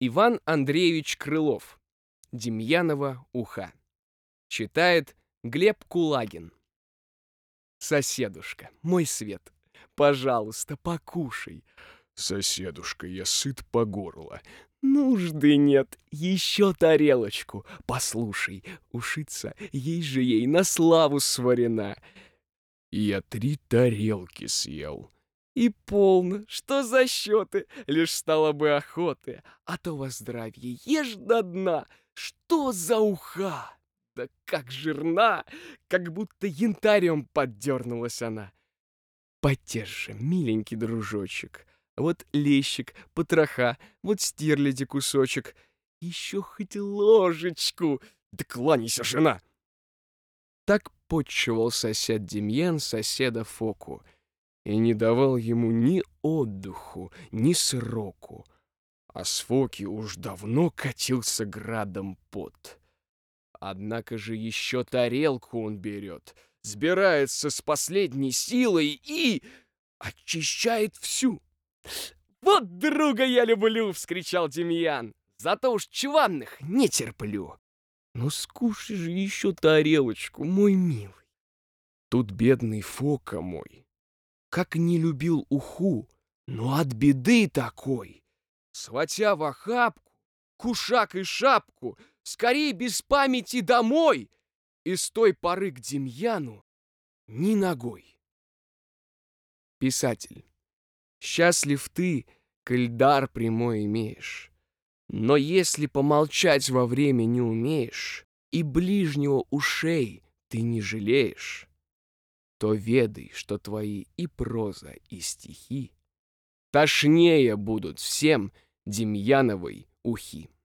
Иван Андреевич Крылов. Демьянова уха. Читает Глеб Кулагин. Соседушка, мой свет, пожалуйста, покушай. Соседушка, я сыт по горло. Нужды нет, еще тарелочку. Послушай, ушица, ей же ей на славу сварена. Я 3 тарелки съел. И полно, что за счеты, лишь стало бы охоты. А то во здравье ешь до дна. Что за уха? Да как жирна, как будто янтарем поддернулась она. Потешь же, миленький дружочек. Вот лещик, потроха, вот стерляди кусочек. Еще хоть ложечку. Да кланяйся, жена! Так подчевал сосед Демьян соседа Фоку и не давал ему ни отдыху, ни сроку. А с Фоки уж давно катился градом пот. Однако же еще тарелку он берет, сбирается с последней силой и очищает всю. «Вот друга я люблю!» — вскричал Демьян. «Зато уж чванных не терплю. Ну скушай же еще тарелочку, мой милый». Тут бедный Фока мой, как не любил уху, но от беды такой, схватя в охапку кушак и шапку, скорей без памяти домой, и с той поры к Демьяну ни ногой. Писатель, счастлив ты, коль дар прямой имеешь, но если помолчать во время не умеешь и ближнего ушей ты не жалеешь, то ведай, что твои и проза, и стихи тошнее будут всем Демьяновой ухи.